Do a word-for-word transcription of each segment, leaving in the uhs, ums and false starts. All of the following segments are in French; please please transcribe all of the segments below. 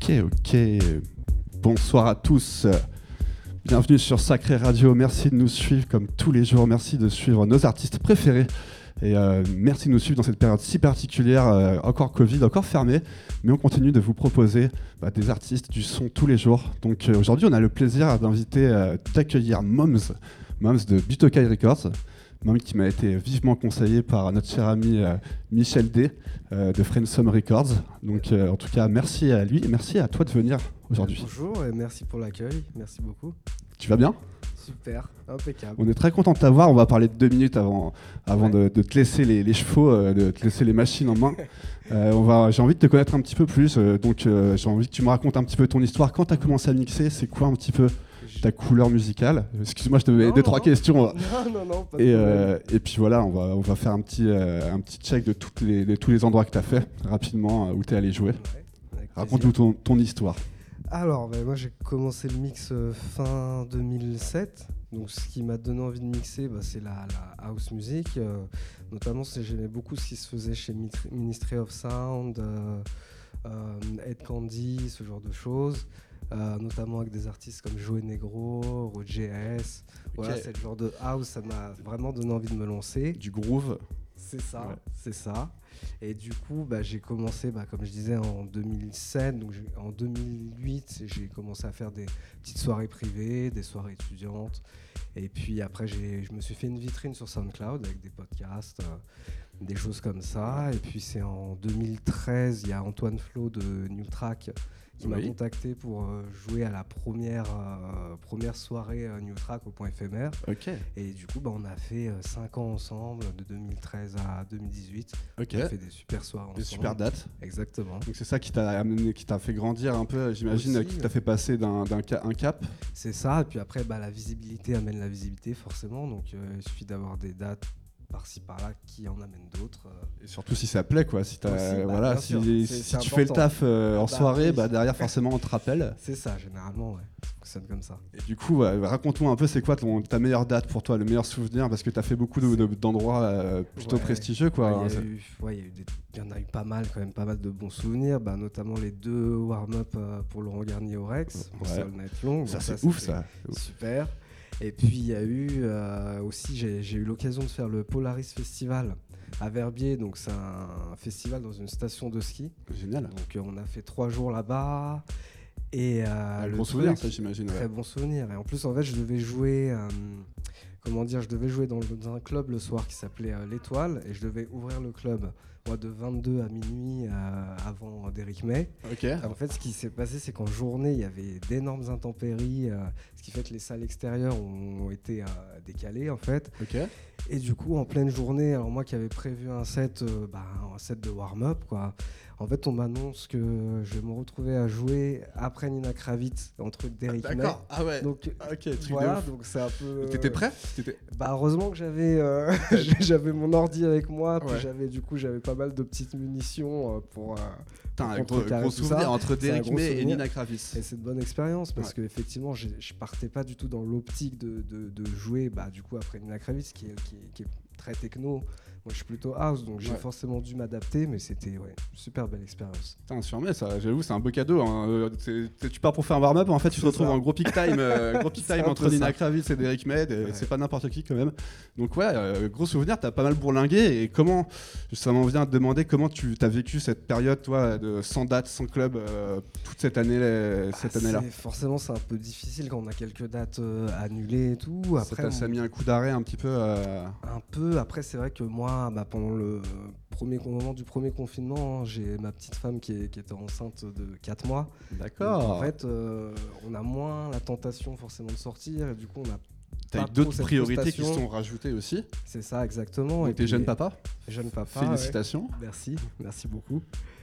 Ok, ok. Bonsoir à tous. Bienvenue sur Sacré Radio. Merci de nous suivre comme tous les jours. Merci de suivre nos artistes préférés. Et euh, merci de nous suivre dans cette période si particulière, euh, encore Covid, encore fermé. Mais on continue de vous proposer bah, des artistes du son tous les jours. Donc euh, aujourd'hui, on a le plaisir d'inviter, euh, d'accueillir Moms, Moms de Butokai Records. Moms qui m'a été vivement conseillé par notre cher ami euh, Michel D euh, de Friendsome Records. Donc euh, en tout cas, merci à lui et merci à toi de venir aujourd'hui. Bonjour et merci pour l'accueil, merci beaucoup. Tu vas bien ? Super, impeccable. On est très content de t'avoir. On va parler de deux minutes avant, avant ouais. de, de te laisser les, les chevaux, euh, de te laisser les machines en main. euh, on va, j'ai envie de te connaître un petit peu plus. Euh, donc euh, j'ai envie que tu me racontes un petit peu ton histoire. Quand tu as commencé à mixer, c'est quoi un petit peu ta couleur musicale? Excuse-moi, je te mets deux, trois questions. Non, non, non, pas de et, euh, et puis voilà, on va, on va faire un petit, euh, un petit check de, toutes les, de tous les endroits que tu as fait, rapidement, où tu es allé jouer. Ouais, raconte-nous ton, ton histoire. Alors, bah, moi j'ai commencé le mix euh, fin deux mille sept. Donc ce qui m'a donné envie de mixer, bah, c'est la, la house music. Euh, notamment, c'est, j'aimais beaucoup ce qui se faisait chez Ministry of Sound, euh, euh, Ed Candy, ce genre de choses. Euh, notamment avec des artistes comme Joey Negro, Roger S. Voilà, okay. C'est le genre de house, ça m'a vraiment donné envie de me lancer. Du groove. C'est ça, ouais. c'est ça. Et du coup, bah, j'ai commencé, bah, comme je disais, en deux mille sept. Donc en deux mille huit, j'ai commencé à faire des petites soirées privées, des soirées étudiantes. Et puis après, j'ai, je me suis fait une vitrine sur SoundCloud avec des podcasts, euh, des choses comme ça. Et puis c'est en deux mille treize, il y a Antoine Flo de New Track qui oui. m'a contacté pour euh, jouer à la première, euh, première soirée euh, New Track au Point Éphémère. Okay. Et du coup, bah, on a fait euh, cinq ans ensemble, de deux mille treize à deux mille dix-huit. Okay. On a fait des super soirées ensemble. Des super dates. Exactement. Donc c'est ça qui t'a amené, qui t'a fait grandir un peu, j'imagine, aussi, qui t'a fait passer d'un, d'un ca- un cap. C'est ça, et puis après, bah, la visibilité amène la visibilité forcément, donc euh, il suffit d'avoir des dates par-ci par-là qui en amènent d'autres. Et surtout si ça plaît, quoi. Si, t'as, aussi, bah, voilà, si, si, c'est, si c'est tu fais le taf euh, en bah, soirée, oui. bah, derrière forcément on te rappelle. C'est ça, généralement, ouais. Ça fonctionne comme ça. Et du coup, ouais, raconte-moi un peu, c'est quoi ton, ta meilleure date pour toi, le meilleur souvenir, parce que tu as fait beaucoup de, de, d'endroits euh, plutôt ouais. prestigieux, quoi. Ouais, il y, eu, ouais, y, y en a eu pas mal, quand même, pas mal de bons souvenirs, bah, notamment les deux warm-up euh, pour Laurent Garnier au Rex, pour ouais. All Night Long. Ça, bon, c'est ça, ouf, ça. Super. Et puis il y a eu euh, aussi, j'ai, j'ai eu l'occasion de faire le Polaris Festival à Verbier, donc c'est un festival dans une station de ski. Génial. Donc euh, on a fait trois jours là-bas. Et euh, un bon souvenir, ça j'imagine. Très ouais. bon souvenir. Et en plus, en fait, je devais jouer, euh, comment dire, je devais jouer dans, le, dans un club le soir qui s'appelait euh, l'Étoile, et je devais ouvrir le club. Moi, de vingt-deux à minuit euh, avant d'Eric May. Okay. En fait, ce qui s'est passé, c'est qu'en journée, il y avait d'énormes intempéries, euh, ce qui fait que les salles extérieures ont été euh, décalées, en fait. Okay. Et du coup, en pleine journée, alors moi qui avais prévu un set, euh, bah, un set de warm-up, quoi. En fait, on m'annonce que je vais me retrouver à jouer après Nina Kravitz entre Derrick ah, May. D'accord. Ah ouais. Donc, ok. Truc voilà, de ouf. donc c'est un peu. T'étais prêt T'étais... Bah heureusement que j'avais, euh, j'avais mon ordi avec moi, puis ouais. j'avais du coup j'avais pas mal de petites munitions euh, pour. Euh, T'as un gros, gros souvenir entre Derrick May et Nina Kravitz. Et c'est une bonne expérience parce ouais. que effectivement, je partais pas du tout dans l'optique de, de, de jouer, bah du coup après Nina Kravitz qui est, qui est, qui est très techno. Moi, je suis plutôt house, donc j'ai ouais. forcément dû m'adapter, mais c'était ouais, une super belle expérience. Putain, sûrement, ça, j'avoue, c'est un beau cadeau. Hein. C'est, c'est, tu pars pour faire un warm-up, en fait, tu c'est te retrouves ça. en gros peak time, euh, gros peak time entre Nina Kravitz et Derrick May. Ouais. C'est pas n'importe qui quand même. Donc ouais, euh, gros souvenir, t'as pas mal bourlingué. Et comment, ça m'en vient à te demander comment tu as vécu cette période, toi, de sans date, sans club, euh, toute cette année, bah, cette année-là. C'est, forcément, c'est un peu difficile quand on a quelques dates euh, annulées et tout. Après, ça, ça a mis un coup d'arrêt un petit peu. Euh... Un peu. Après, c'est vrai que moi, bah, pendant le premier moment du premier confinement, hein, j'ai ma petite femme qui, est, qui était enceinte de quatre mois. D'accord. Donc, en fait, euh, on a moins la tentation forcément de sortir et du coup, on a. T'as eu d'autres priorités qui se sont rajoutées aussi. C'est ça, exactement. Donc et t'es jeune papa. Jeune papa. Félicitations. Ouais. Merci, merci beaucoup.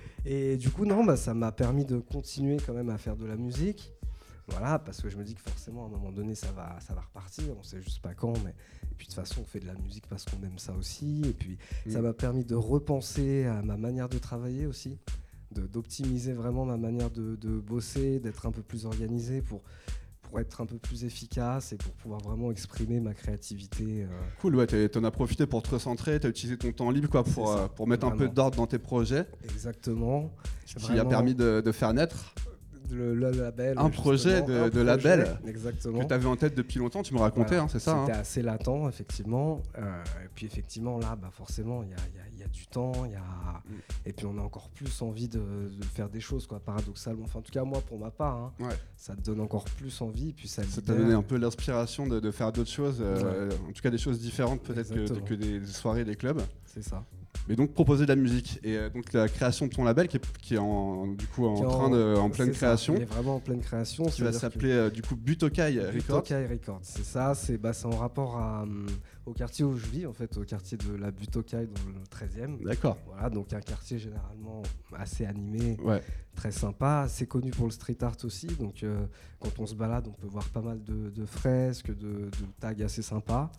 Et du coup, non, bah, ça m'a permis de continuer quand même à faire de la musique. Voilà, parce que je me dis que forcément, à un moment donné, ça va, ça va repartir. On sait juste pas quand, mais et puis de toute façon, on fait de la musique parce qu'on aime ça aussi. Et puis, mmh. ça m'a permis de repenser à ma manière de travailler aussi, de, d'optimiser vraiment ma manière de, de bosser, d'être un peu plus organisé pour pour être un peu plus efficace et pour pouvoir vraiment exprimer ma créativité. Euh... Cool, ouais, t'en as profité pour te recentrer, t'as utilisé ton temps libre quoi, pour, euh, pour mettre vraiment un peu d'ordre dans tes projets. Exactement. Ce qui vraiment... a permis de, de faire naître. le, le label. Un projet de, un de projet, label exactement. que tu avais en tête depuis longtemps, tu me racontais, Voilà. hein, c'est ça. C'était hein. assez latent, effectivement. Euh, et puis, effectivement, là, bah, forcément, il y a, y a- y a du temps. Y a... Mm. Et puis, on a encore plus envie de, de faire des choses, quoi, paradoxalement. Enfin, en tout cas, moi, pour ma part, hein, Ouais. ça te donne encore plus envie. Puis ça, Ça t'a libère. donné un peu l'inspiration de, de faire d'autres choses, euh, en tout cas des choses différentes peut-être que, Exactement. que des soirées, des clubs. C'est ça. Mais donc proposer de la musique et euh, donc la création de ton label qui est, qui est en, du coup en Qui est train de, en pleine c'est ça, création, il est vraiment en pleine création. qui va c'est-à-dire que- s'appeler euh, du coup Butokai Records. Butokai Records, c'est ça, c'est bah, c'est en rapport à, hum, au quartier où je vis, en fait, au quartier de la Butokai dans le treizième. D'accord. Voilà, donc un quartier généralement assez animé, Ouais. très sympa, assez connu pour le street art aussi. Donc euh, quand on se balade, on peut voir pas mal de, de fresques, de, de tags assez sympas.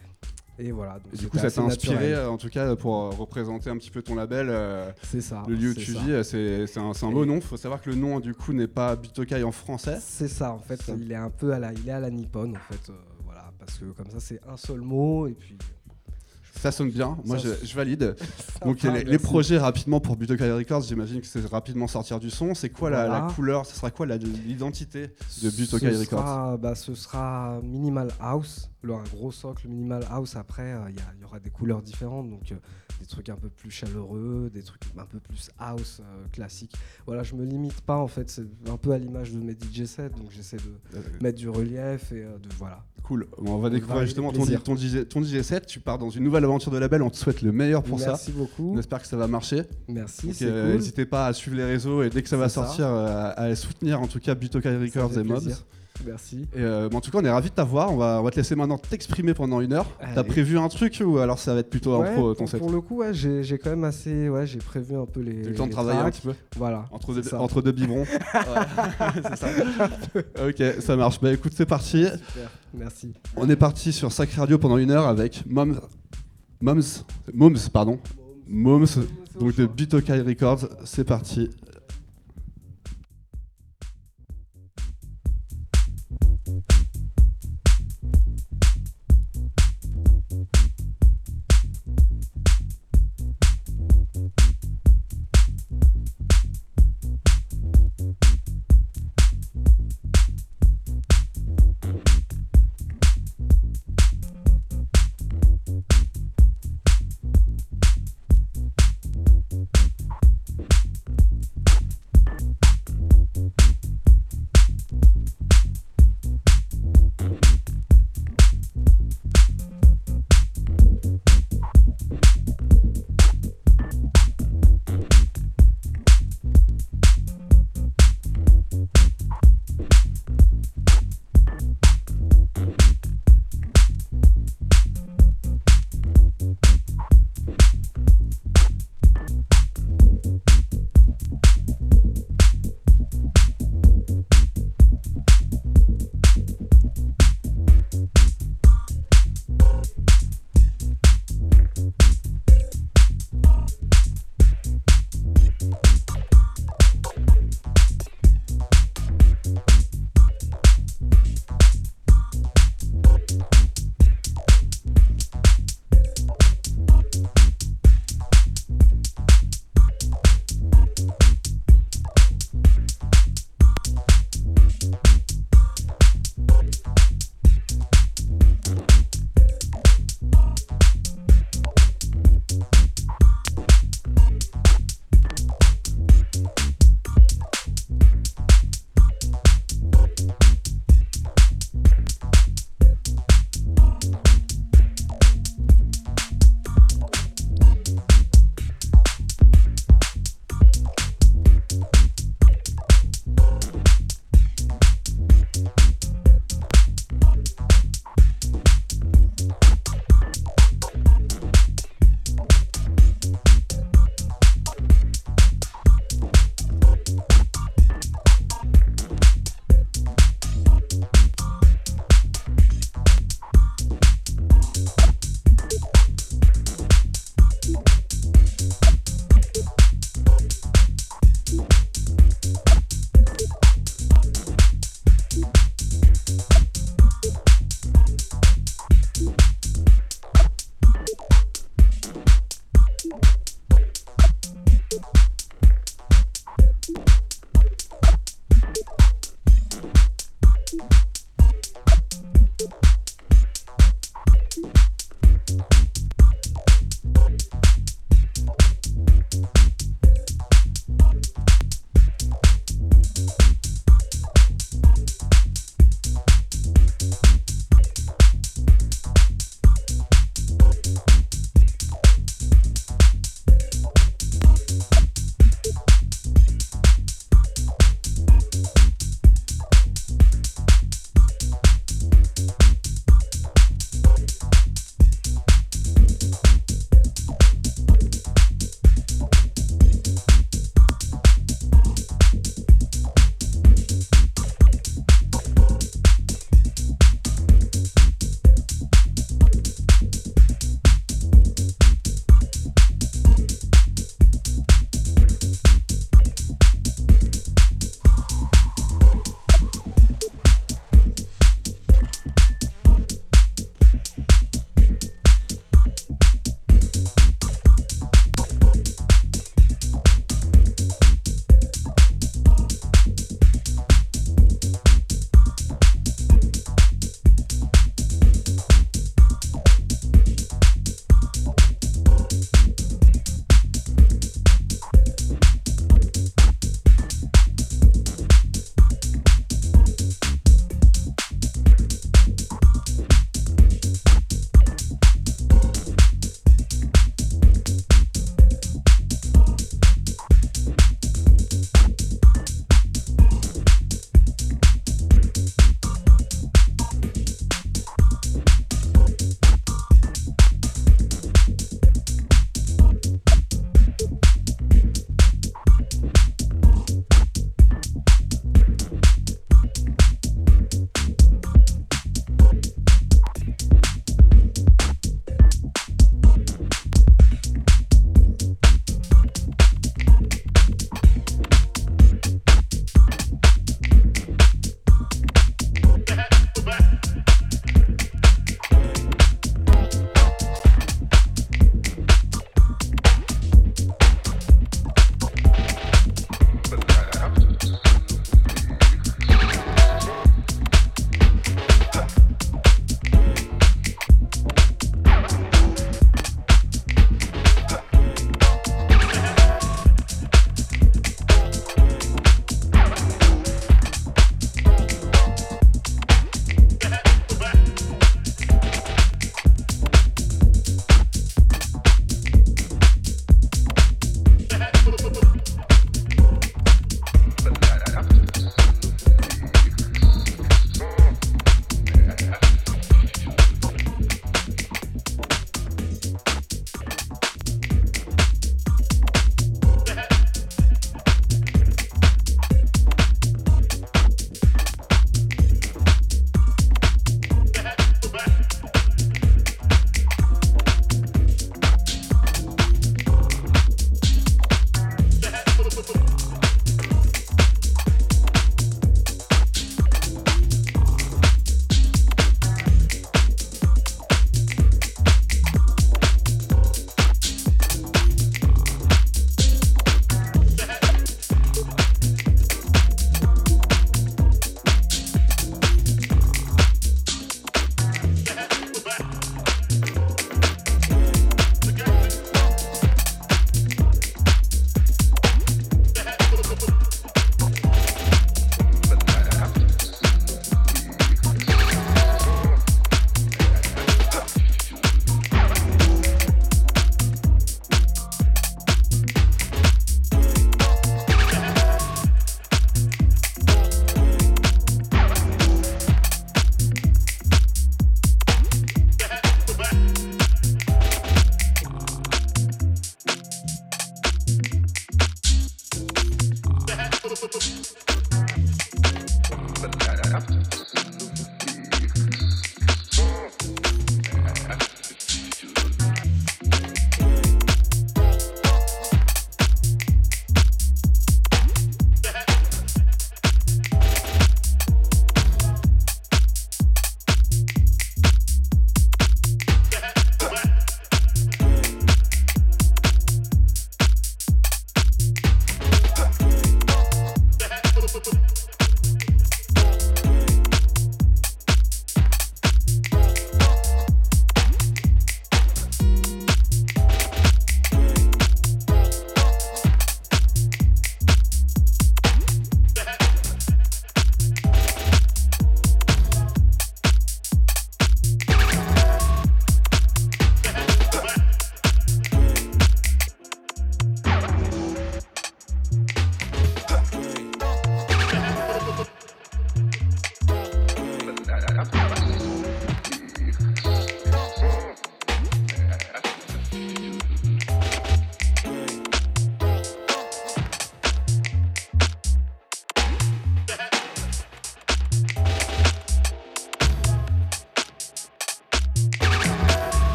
Et voilà. Donc Et du c'était coup, ça assez t'a inspiré, naturel. euh, en tout cas, pour euh, représenter un petit peu ton label, euh, C'est ça. le lieu où c'est tu ça. vis. euh, C'est c'est un, c'est un Et- beau nom. Il faut savoir que le nom, du coup, n'est pas Butokai en français. C'est ça, en fait, Ça- il est un peu à la, il est à la nippon, en fait, euh, voilà, parce que comme ça, c'est un seul mot et puis. Ça sonne bien. Moi, Ça- je, je valide. Donc, Sympa, les, les merci. projets rapidement pour Butokai Records, j'imagine que c'est rapidement sortir du son. C'est quoi la, Voilà. la couleur? Ce sera quoi la- l'identité de Butokai ce Records? sera, bah, ce sera minimal house, le, un gros socle minimal house. Après, il y, y aura des couleurs différentes, donc euh, des trucs un peu plus chaleureux, des trucs un peu plus house euh, classique. Voilà, je me limite pas en fait, c'est un peu à l'image de mes D J sets, donc j'essaie de Euh, mettre du relief et euh, de voilà. Cool. Bon, on va On découvrir va justement avec ton, plaisir. ton, D J ton D J set. Tu pars dans une nouvelle aventure de label. On te souhaite le meilleur pour ça. Merci beaucoup. On espère que ça va marcher. Merci, Donc, c'est euh, cool. N'hésitez pas à suivre les réseaux et dès que ça va C'est ça. sortir, euh, à, à soutenir en tout cas Butokai Ça Records fait et Mobs. plaisir. Merci. Et euh, bon, en tout cas, on est ravis de t'avoir. On va, on va te laisser maintenant t'exprimer pendant une heure. Allez. T'as prévu un truc ou alors ça va être plutôt Ouais, impro ton pour, set? pour le coup, ouais, j'ai j'ai quand même assez, ouais, j'ai prévu un peu les. T'as eu le temps de les travailler un tracks. petit peu Voilà. entre c'est deux, ça. entre deux biberons. Ouais, c'est ça. Ok, ça marche. Bah écoute, c'est parti. Super. Merci. On est parti sur Sacré Radio pendant une heure avec Moms, Moms, Moms, pardon, Moms, donc de Butokai Records. C'est parti.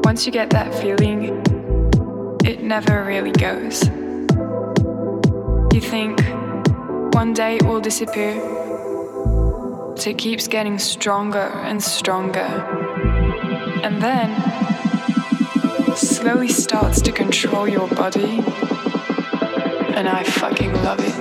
Once you get that feeling, it never really goes. You think one day it will disappear, but it keeps getting stronger and stronger. And then slowly starts to control your body, and I fucking love it.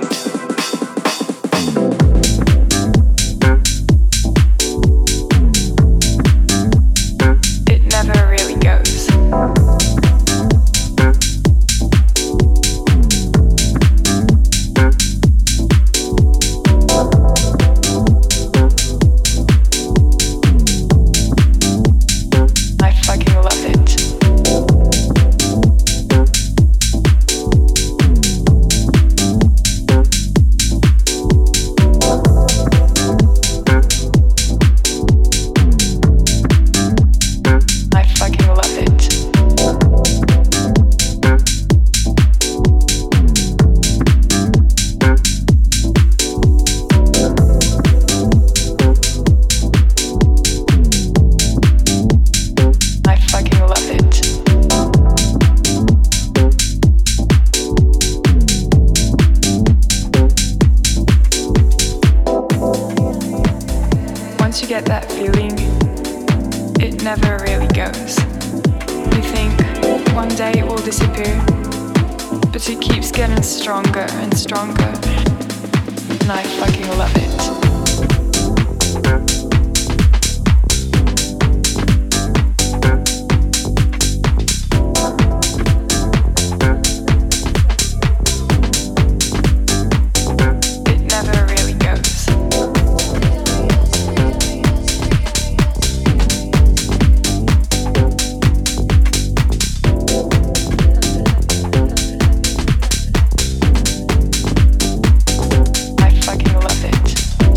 I fucking love it.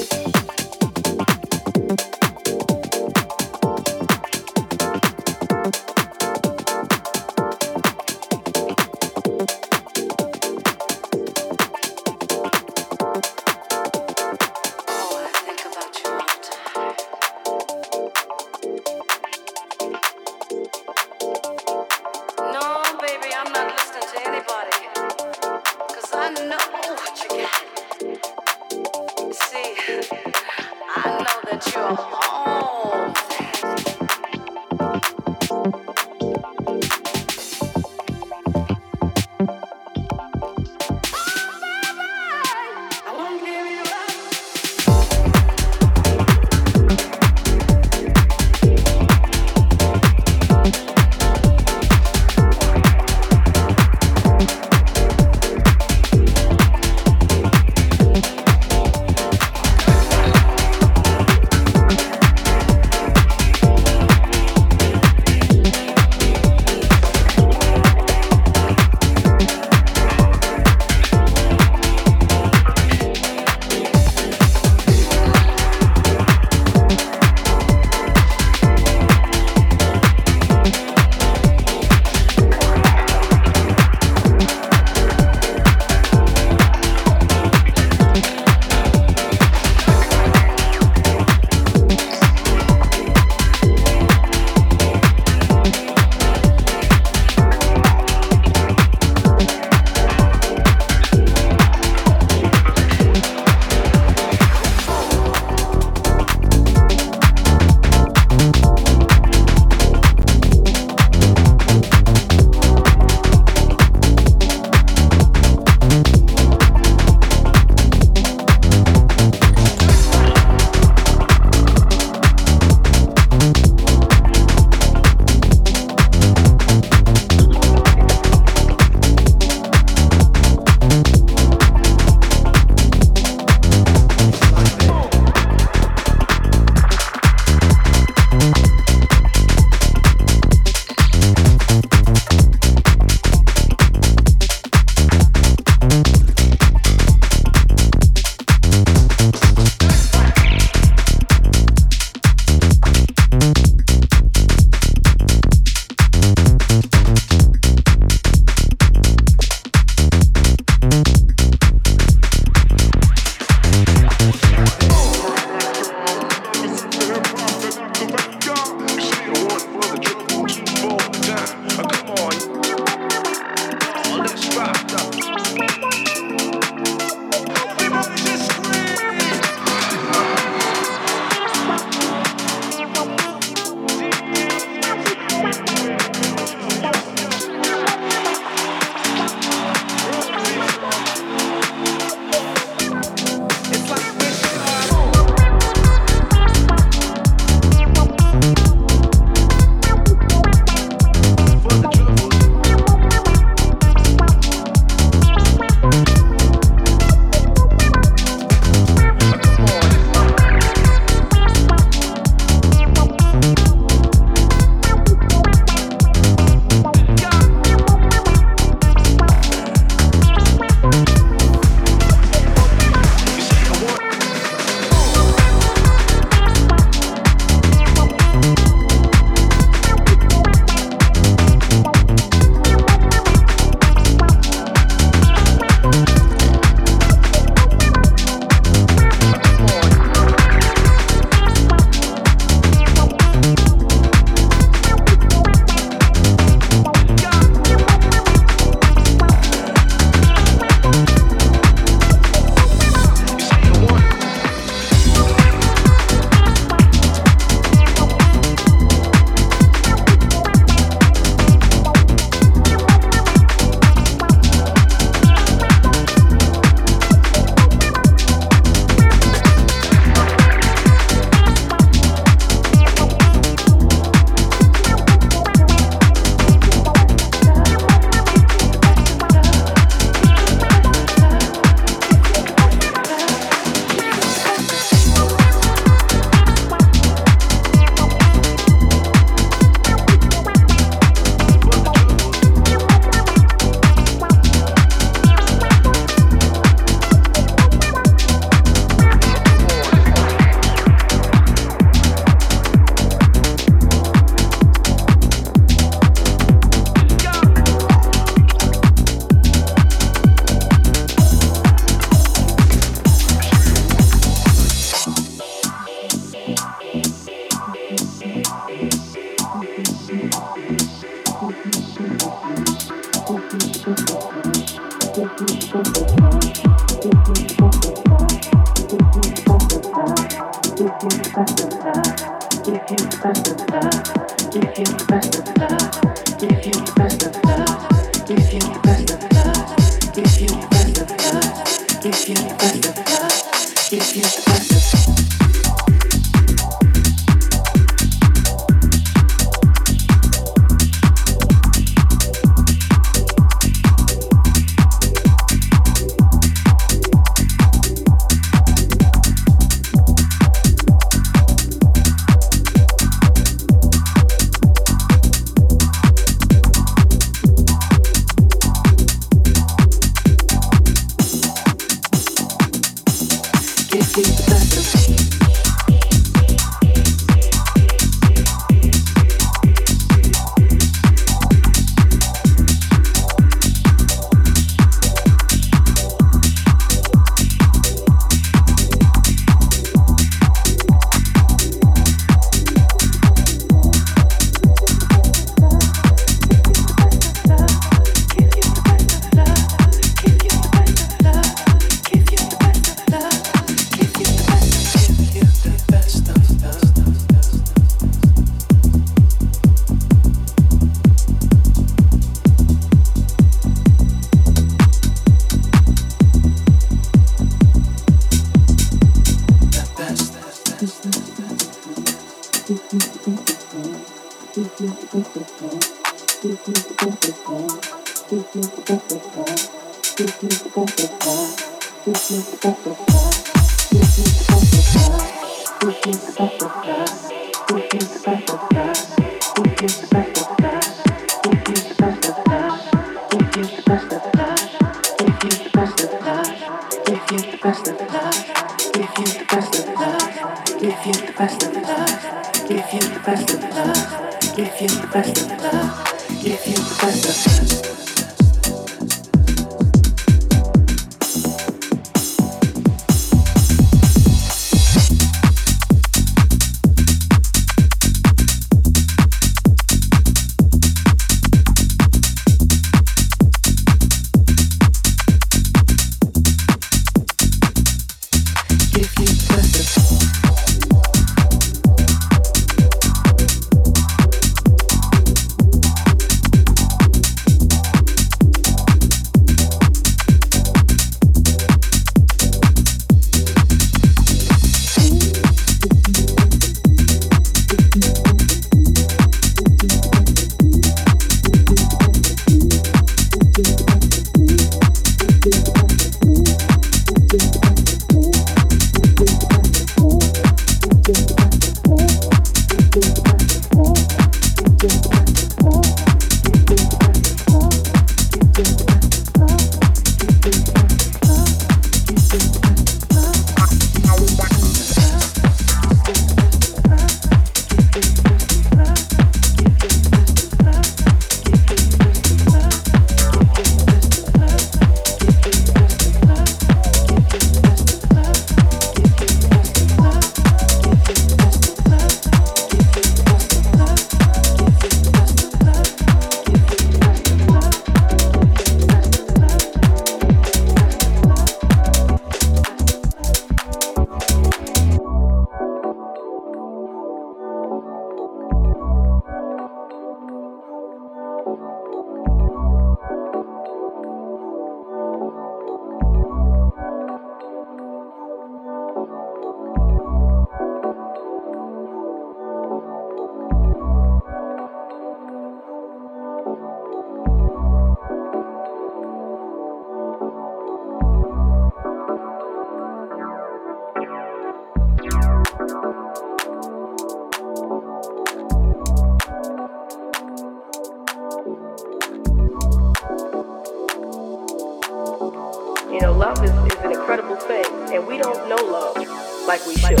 You know, love is, is an incredible thing, and we don't know love like we should.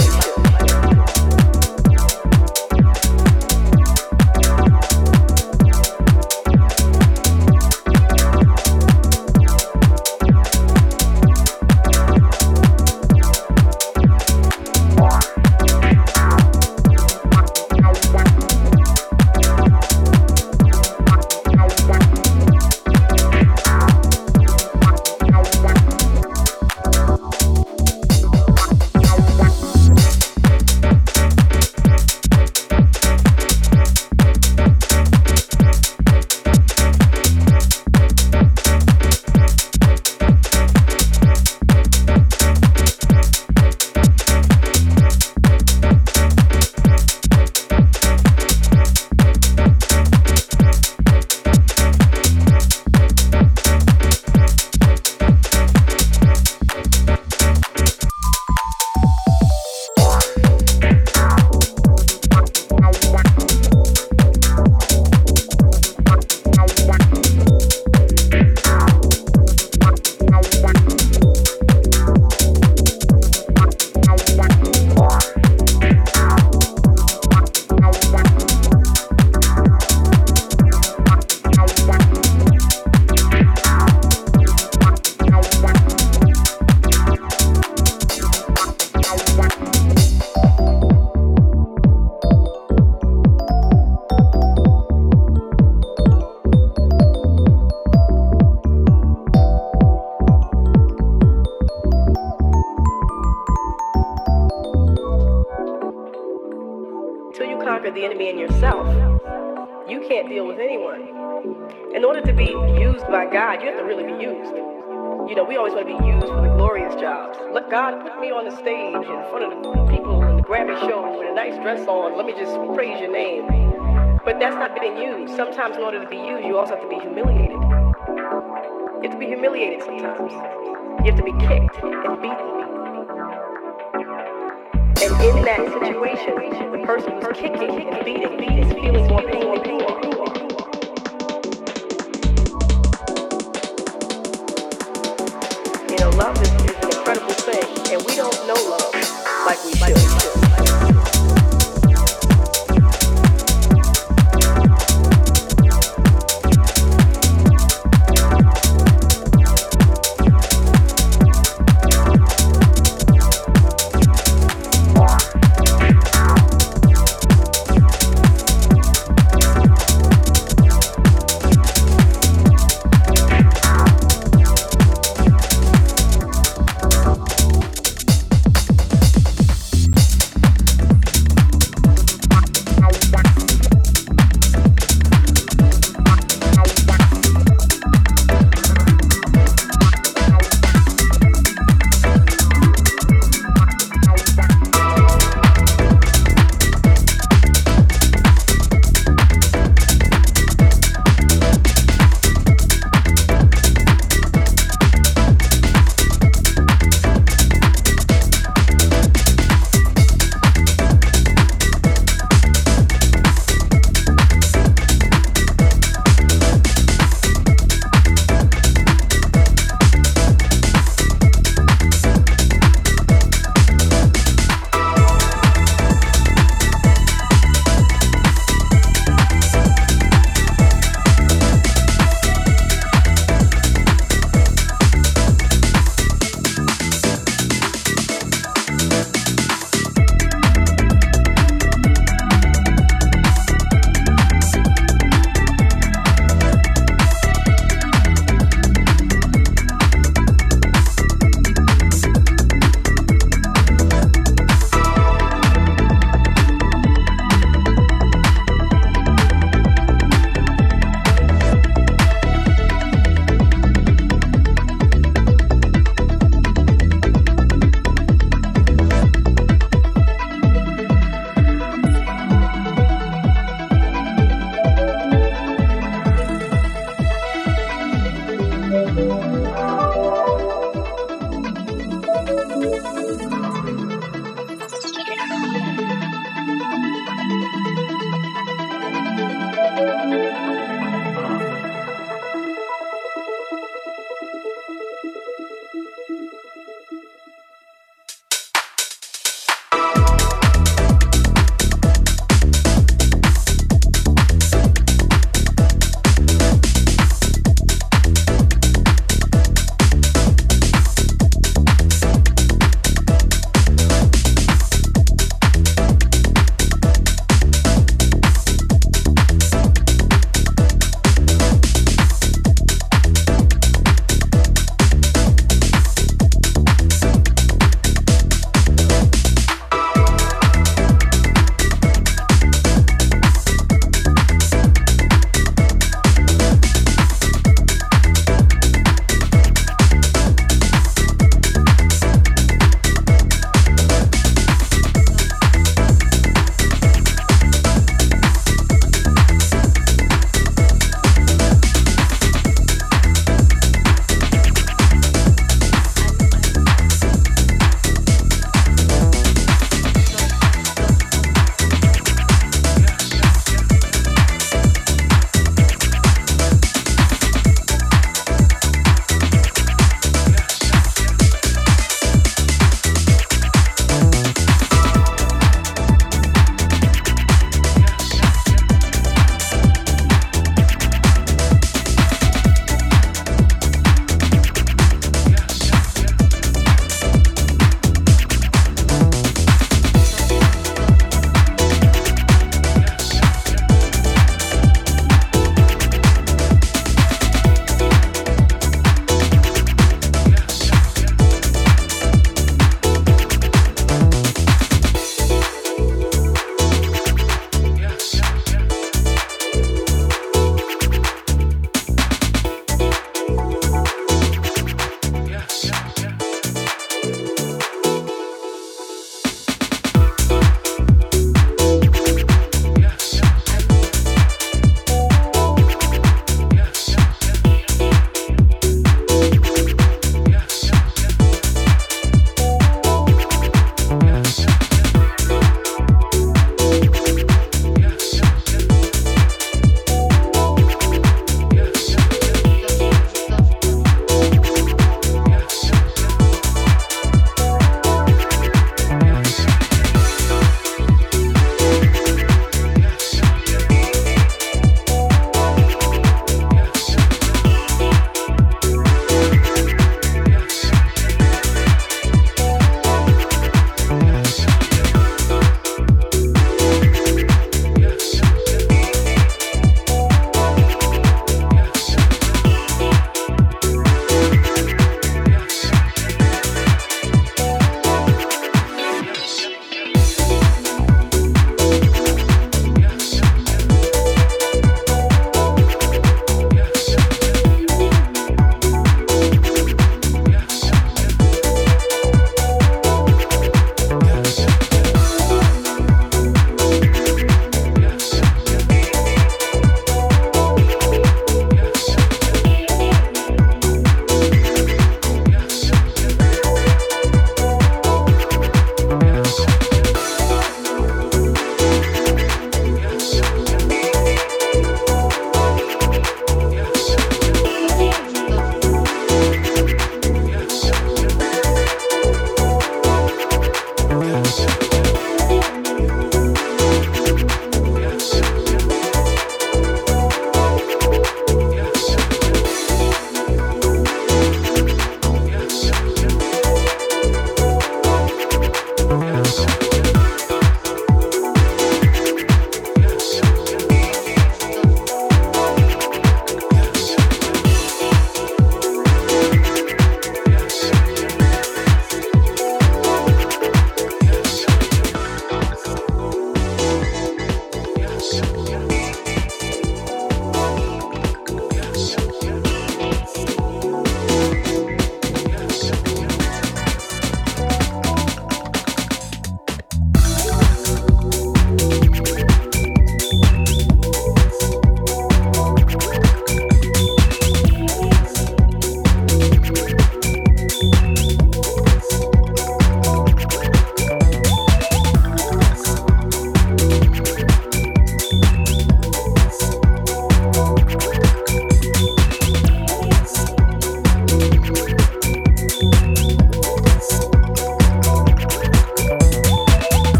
until you conquer the enemy in yourself, you can't deal with anyone. In order to be used by God, you have to really be used. You know, we always want to be used for the glorious jobs. Let God put me on the stage in front of the people in the Grammy show with a nice dress on. Let me just praise your name. But that's not being used. Sometimes in order to be used, you also have to be humiliated. You have to be humiliated sometimes. You have to be kicked and beaten. And in that situation, the person who's kicking and beating is feeling more pain than you are. You know, love is, is an incredible thing, and we don't know love like we should.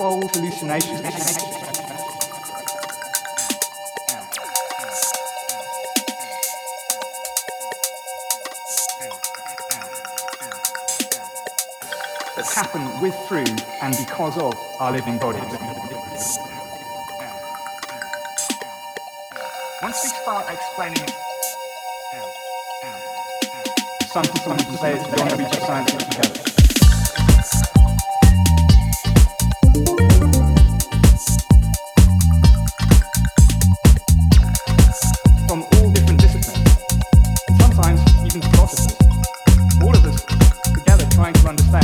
cold hallucination. That happen with, through, and because of our living bodies. Once we start explaining it, some people want to say it's beyond reach of science altogether. From all different disciplines, and sometimes even philosophers, all of us together trying to understand.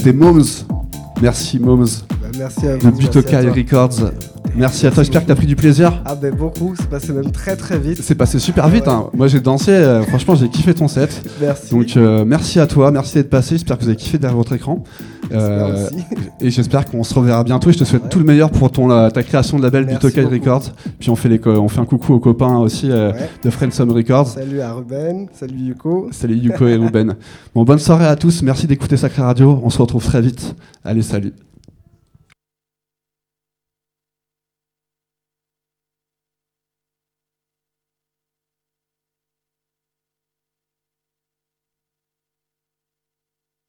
c'était Moms. Merci Moms. Bah, merci à vous. De Butokai Records. Merci à toi, j'espère que tu as pris du plaisir. Ah ben beaucoup, c'est passé même très très vite. C'est passé super vite, hein. Moi j'ai dansé, euh, franchement j'ai kiffé ton set. Merci. Donc euh, merci à toi, merci d'être passé, j'espère que vous avez kiffé derrière votre écran. Euh, et j'espère qu'on se reverra bientôt et je te souhaite ouais. tout le meilleur pour ton, la, ta création de label Butokai Records. Puis on fait, les, on fait un coucou aux copains aussi euh, ouais. de Friendsome Records. Salut à Ruben, salut Yuko. Salut Yuko et Ruben. Bon, bonne soirée à tous, merci d'écouter Sacré Radio, on se retrouve très vite. Allez, salut.